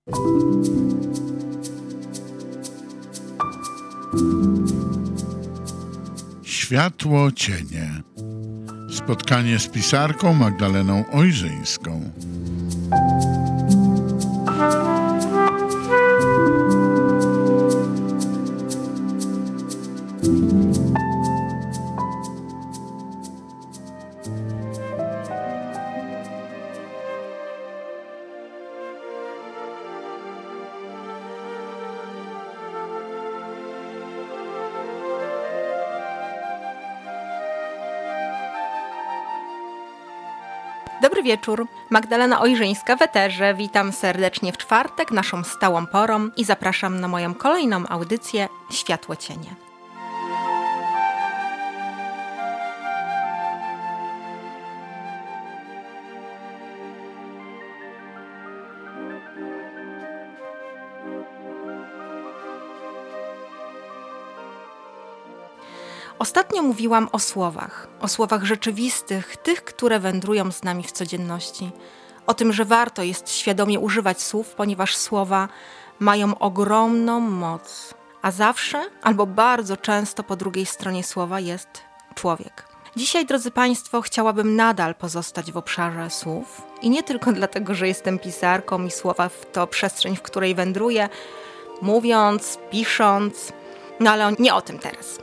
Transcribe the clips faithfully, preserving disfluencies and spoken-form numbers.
Światło, cienie. Spotkanie z pisarką Magdaleną Ojrzyńską. Dobry wieczór, Magdalena Ojrzyńska w eterze. Witam serdecznie w czwartek, naszą stałą porą i zapraszam na moją kolejną audycję Światło Cienie. Ostatnio mówiłam o słowach, o słowach rzeczywistych, tych, które wędrują z nami w codzienności. O tym, że warto jest świadomie używać słów, ponieważ słowa mają ogromną moc. A zawsze, albo bardzo często po drugiej stronie słowa jest człowiek. Dzisiaj, drodzy Państwo, chciałabym nadal pozostać w obszarze słów. I nie tylko dlatego, że jestem pisarką i słowa to przestrzeń, w której wędruję, mówiąc, pisząc, no ale nie o tym teraz.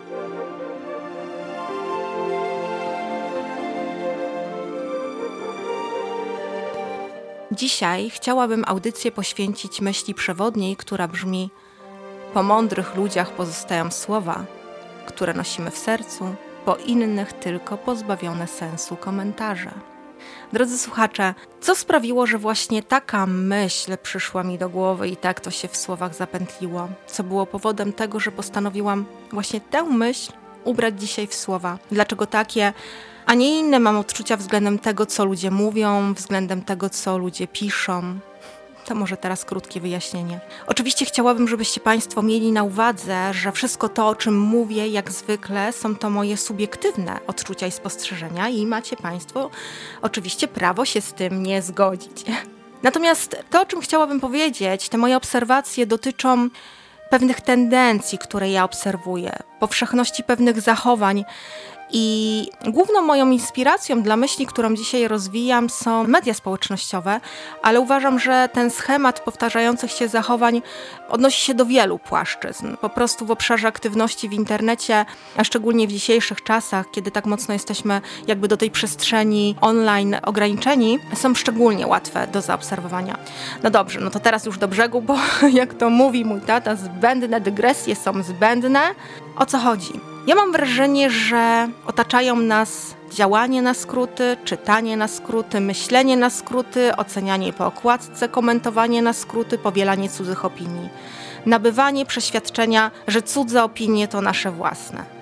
Dzisiaj chciałabym audycję poświęcić myśli przewodniej, która brzmi: po mądrych ludziach pozostają słowa, które nosimy w sercu, po innych tylko pozbawione sensu komentarze. Drodzy słuchacze, co sprawiło, że właśnie taka myśl przyszła mi do głowy i tak to się w słowach zapętliło? Co było powodem tego, że postanowiłam właśnie tę myśl ubrać dzisiaj w słowa? Dlaczego takie, a nie inne mam odczucia względem tego, co ludzie mówią, względem tego, co ludzie piszą? To może teraz krótkie wyjaśnienie. Oczywiście chciałabym, żebyście Państwo mieli na uwadze, że wszystko to, o czym mówię, jak zwykle, są to moje subiektywne odczucia i spostrzeżenia i macie Państwo oczywiście prawo się z tym nie zgodzić. Natomiast to, o czym chciałabym powiedzieć, te moje obserwacje dotyczą pewnych tendencji, które ja obserwuję, powszechności pewnych zachowań. I główną moją inspiracją dla myśli, którą dzisiaj rozwijam, są media społecznościowe, ale uważam, że ten schemat powtarzających się zachowań odnosi się do wielu płaszczyzn. Po prostu w obszarze aktywności w internecie, a szczególnie w dzisiejszych czasach, kiedy tak mocno jesteśmy jakby do tej przestrzeni online ograniczeni, są szczególnie łatwe do zaobserwowania. No dobrze, no to teraz już do brzegu, bo jak to mówi mój tata, zbędne dygresje są zbędne. O co chodzi? Ja mam wrażenie, że otaczają nas działanie na skróty, czytanie na skróty, myślenie na skróty, ocenianie po okładce, komentowanie na skróty, powielanie cudzych opinii. Nabywanie przeświadczenia, że cudze opinie to nasze własne.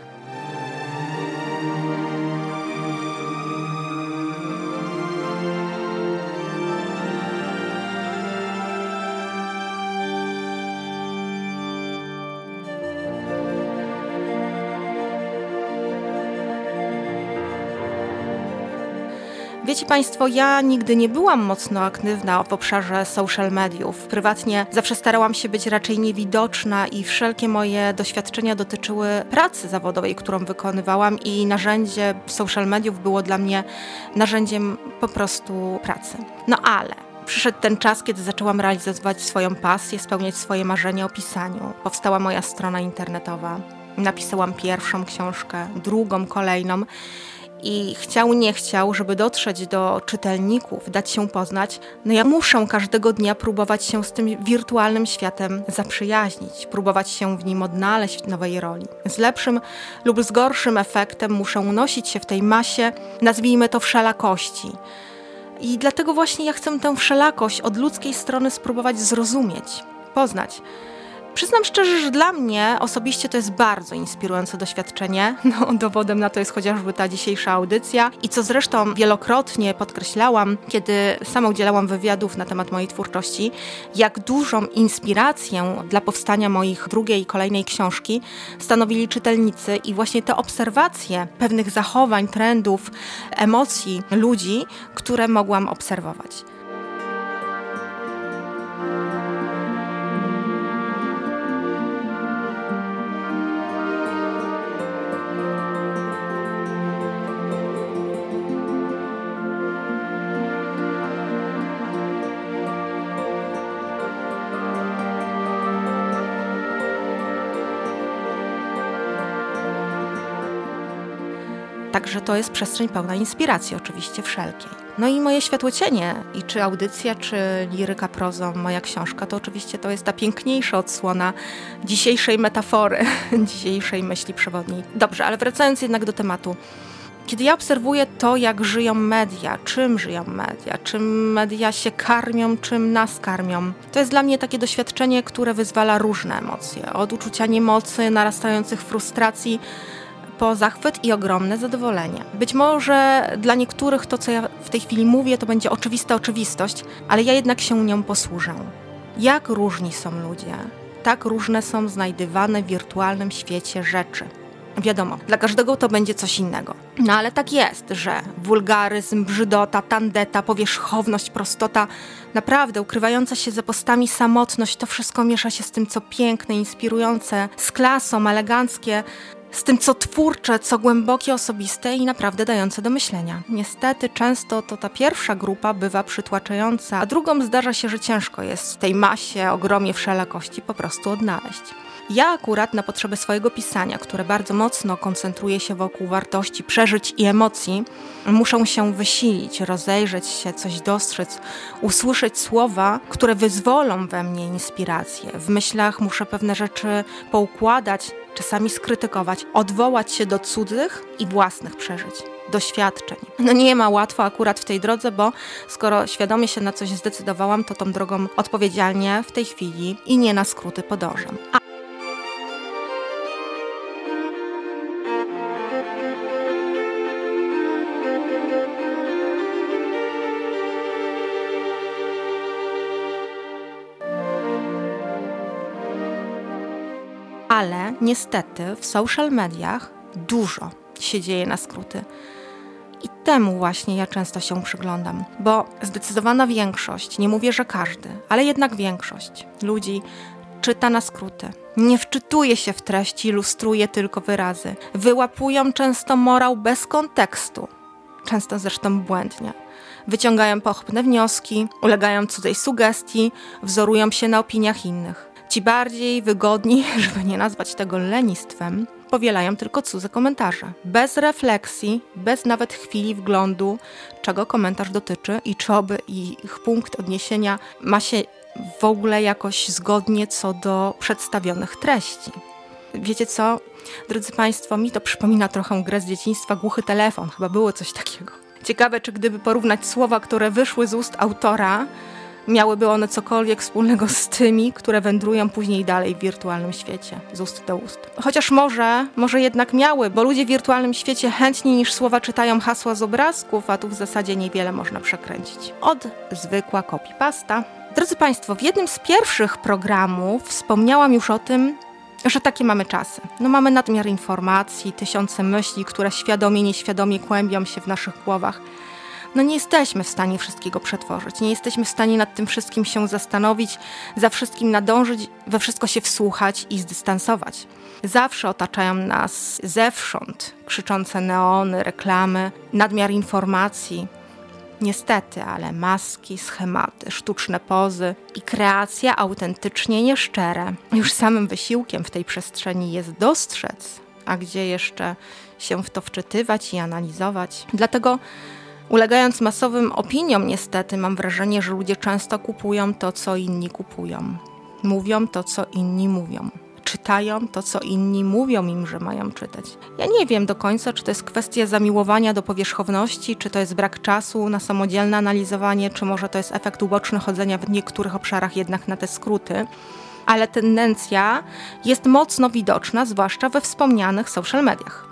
Wiecie Państwo, ja nigdy nie byłam mocno aktywna w obszarze social mediów. Prywatnie zawsze starałam się być raczej niewidoczna i wszelkie moje doświadczenia dotyczyły pracy zawodowej, którą wykonywałam, i narzędzie social mediów było dla mnie narzędziem po prostu pracy. No ale przyszedł ten czas, kiedy zaczęłam realizować swoją pasję, spełniać swoje marzenia o pisaniu. Powstała moja strona internetowa. Napisałam pierwszą książkę, drugą, kolejną. I chciał, nie chciał, żeby dotrzeć do czytelników, dać się poznać, no ja muszę każdego dnia próbować się z tym wirtualnym światem zaprzyjaźnić, próbować się w nim odnaleźć w nowej roli. Z lepszym lub z gorszym efektem muszę unosić się w tej masie, nazwijmy to wszelakości. I dlatego właśnie ja chcę tę wszelakość od ludzkiej strony spróbować zrozumieć, poznać. Przyznam szczerze, że dla mnie osobiście to jest bardzo inspirujące doświadczenie. No, dowodem na to jest chociażby ta dzisiejsza audycja i co zresztą wielokrotnie podkreślałam, kiedy sama udzielałam wywiadów na temat mojej twórczości, jak dużą inspirację dla powstania moich drugiej i kolejnej książki stanowili czytelnicy i właśnie te obserwacje pewnych zachowań, trendów, emocji ludzi, które mogłam obserwować. Także to jest przestrzeń pełna inspiracji oczywiście wszelkiej. No i moje światłocienie, i czy audycja, czy liryka prozą, moja książka, to oczywiście to jest ta piękniejsza odsłona dzisiejszej metafory, dzisiejszej myśli przewodniej. Dobrze, ale wracając jednak do tematu. Kiedy ja obserwuję to, jak żyją media, czym żyją media, czym media się karmią, czym nas karmią, to jest dla mnie takie doświadczenie, które wyzwala różne emocje. Od uczucia niemocy, narastających frustracji, po zachwyt i ogromne zadowolenie. Być może dla niektórych to, co ja w tej chwili mówię, to będzie oczywista oczywistość, ale ja jednak się nią posłużę. Jak różni są ludzie, tak różne są znajdywane w wirtualnym świecie rzeczy. Wiadomo, dla każdego to będzie coś innego. No ale tak jest, że wulgaryzm, brzydota, tandeta, powierzchowność, prostota, naprawdę ukrywająca się za postami samotność, to wszystko miesza się z tym, co piękne, inspirujące, z klasą, eleganckie, z tym, co twórcze, co głębokie, osobiste i naprawdę dające do myślenia. Niestety często to ta pierwsza grupa bywa przytłaczająca, a drugą zdarza się, że ciężko jest w tej masie, ogromie wszelakości po prostu odnaleźć. Ja akurat na potrzeby swojego pisania, które bardzo mocno koncentruje się wokół wartości, przeżyć i emocji, muszę się wysilić, rozejrzeć się, coś dostrzec, usłyszeć słowa, które wyzwolą we mnie inspirację. W myślach muszę pewne rzeczy poukładać, czasami skrytykować, odwołać się do cudzych i własnych przeżyć, doświadczeń. No nie ma łatwo akurat w tej drodze, bo skoro świadomie się na coś zdecydowałam, to tą drogą odpowiedzialnie w tej chwili i nie na skróty podążam. A Ale niestety w social mediach dużo się dzieje na skróty. I temu właśnie ja często się przyglądam, bo zdecydowana większość, nie mówię, że każdy, ale jednak większość ludzi czyta na skróty. Nie wczytuje się w treści, ilustruje tylko wyrazy. Wyłapują często morał bez kontekstu, często zresztą błędnie. Wyciągają pochopne wnioski, ulegają cudzej sugestii, wzorują się na opiniach innych. Ci bardziej wygodni, żeby nie nazwać tego lenistwem, powielają tylko cudze komentarze. Bez refleksji, bez nawet chwili wglądu, czego komentarz dotyczy i czy oby ich punkt odniesienia ma się w ogóle jakoś zgodnie co do przedstawionych treści. Wiecie co, drodzy Państwo, mi to przypomina trochę grę z dzieciństwa Głuchy telefon, chyba było coś takiego. Ciekawe, czy gdyby porównać słowa, które wyszły z ust autora, miałyby one cokolwiek wspólnego z tymi, które wędrują później dalej w wirtualnym świecie, z ust do ust. Chociaż może, może jednak miały, bo ludzie w wirtualnym świecie chętniej niż słowa czytają hasła z obrazków, a tu w zasadzie niewiele można przekręcić. Od zwykła copy-pasta. Drodzy Państwo, w jednym z pierwszych programów wspomniałam już o tym, że takie mamy czasy. No mamy nadmiar informacji, tysiące myśli, które świadomie, nieświadomie kłębią się w naszych głowach. No nie jesteśmy w stanie wszystkiego przetworzyć, nie jesteśmy w stanie nad tym wszystkim się zastanowić, za wszystkim nadążyć, we wszystko się wsłuchać i zdystansować. Zawsze otaczają nas zewsząd krzyczące neony, reklamy, nadmiar informacji. Niestety, ale maski, schematy, sztuczne pozy i kreacje autentycznie nieszczere. Już samym wysiłkiem w tej przestrzeni jest dostrzec, a gdzie jeszcze się w to wczytywać i analizować. Dlatego ulegając masowym opiniom, niestety, mam wrażenie, że ludzie często kupują to, co inni kupują. Mówią to, co inni mówią. Czytają to, co inni mówią im, że mają czytać. Ja nie wiem do końca, czy to jest kwestia zamiłowania do powierzchowności, czy to jest brak czasu na samodzielne analizowanie, czy może to jest efekt uboczny chodzenia w niektórych obszarach jednak na te skróty. Ale tendencja jest mocno widoczna, zwłaszcza we wspomnianych social mediach.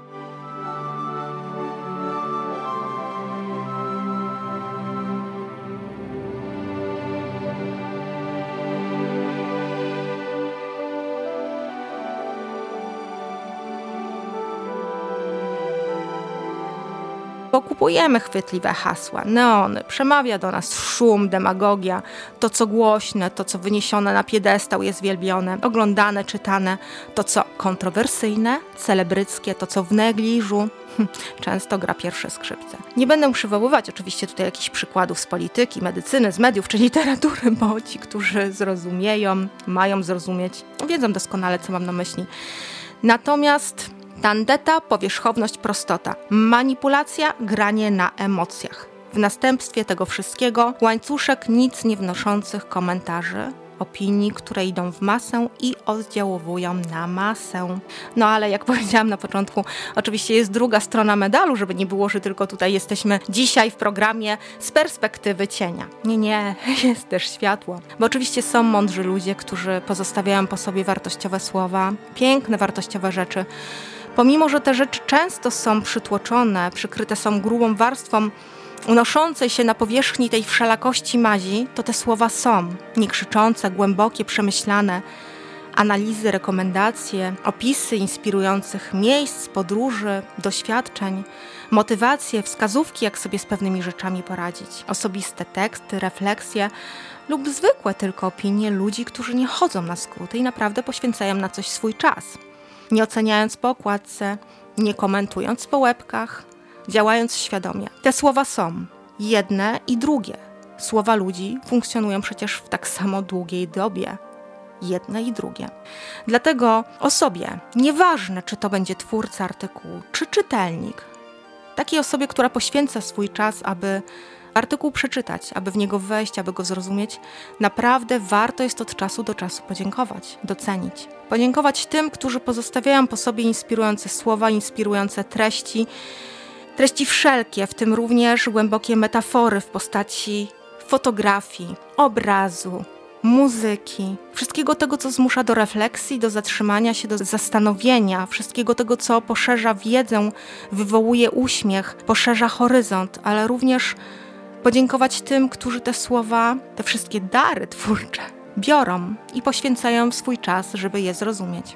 Bo kupujemy chwytliwe hasła, neony, przemawia do nas szum, demagogia, to co głośne, to co wyniesione na piedestał jest wielbione, oglądane, czytane, to co kontrowersyjne, celebryckie, to co w negliżu, często gra pierwsze skrzypce. Nie będę przywoływać oczywiście tutaj jakichś przykładów z polityki, medycyny, z mediów czy literatury, bo ci, którzy zrozumieją, mają zrozumieć, wiedzą doskonale, co mam na myśli. Natomiast Tandeta, powierzchowność, prostota. Manipulacja, granie na emocjach. W następstwie tego wszystkiego łańcuszek nic nie wnoszących komentarzy, opinii, które idą w masę i oddziałowują na masę. No ale jak powiedziałam na początku, oczywiście jest druga strona medalu, żeby nie było, że tylko tutaj jesteśmy dzisiaj w programie z perspektywy cienia. Nie, nie, jest też światło. Bo oczywiście są mądrzy ludzie, którzy pozostawiają po sobie wartościowe słowa, piękne, wartościowe rzeczy. Pomimo, że te rzeczy często są przytłoczone, przykryte są grubą warstwą unoszącej się na powierzchni tej wszelakości mazi, to te słowa są niekrzyczące, głębokie, przemyślane. Analizy, rekomendacje, opisy inspirujących miejsc, podróży, doświadczeń, motywacje, wskazówki, jak sobie z pewnymi rzeczami poradzić. Osobiste teksty, refleksje lub zwykłe tylko opinie ludzi, którzy nie chodzą na skróty i naprawdę poświęcają na coś swój czas. Nie oceniając po okładce, nie komentując po łebkach, działając świadomie. Te słowa są jedne i drugie. Słowa ludzi funkcjonują przecież w tak samo długiej dobie. Jedne i drugie. Dlatego osobie, nieważne czy to będzie twórca artykułu, czy czytelnik, takiej osobie, która poświęca swój czas, aby artykuł przeczytać, aby w niego wejść, aby go zrozumieć, naprawdę warto jest od czasu do czasu podziękować, docenić. Podziękować tym, którzy pozostawiają po sobie inspirujące słowa, inspirujące treści, treści wszelkie, w tym również głębokie metafory w postaci fotografii, obrazu, muzyki, wszystkiego tego, co zmusza do refleksji, do zatrzymania się, do zastanowienia, wszystkiego tego, co poszerza wiedzę, wywołuje uśmiech, poszerza horyzont, ale również podziękować tym, którzy te słowa, te wszystkie dary twórcze biorą i poświęcają swój czas, żeby je zrozumieć.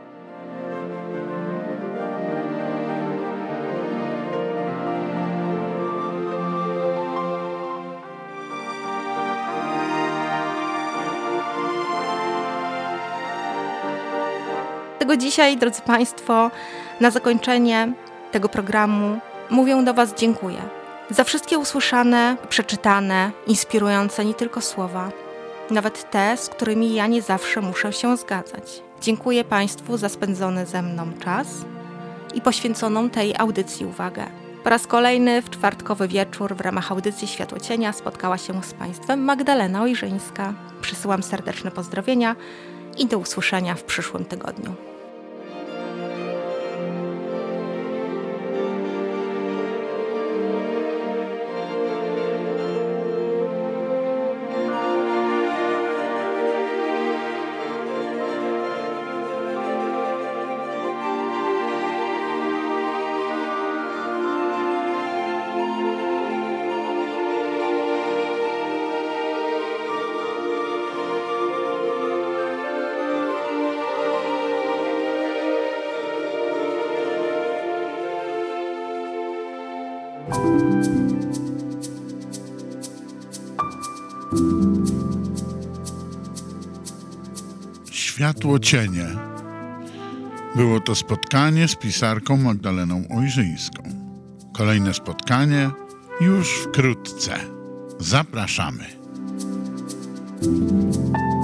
Dlatego dzisiaj, drodzy Państwo, na zakończenie tego programu mówię do Was dziękuję za wszystkie usłyszane, przeczytane, inspirujące nie tylko słowa, nawet te, z którymi ja nie zawsze muszę się zgadzać. Dziękuję Państwu za spędzony ze mną czas i poświęconą tej audycji uwagę. Po raz kolejny w czwartkowy wieczór w ramach audycji Światło Cienia spotkała się z Państwem Magdalena Ojrzyńska. Przysyłam serdeczne pozdrowienia i do usłyszenia w przyszłym tygodniu. Światło cienie. Było to spotkanie z pisarką Magdaleną Ojrzyńską. Kolejne spotkanie już wkrótce. Zapraszamy.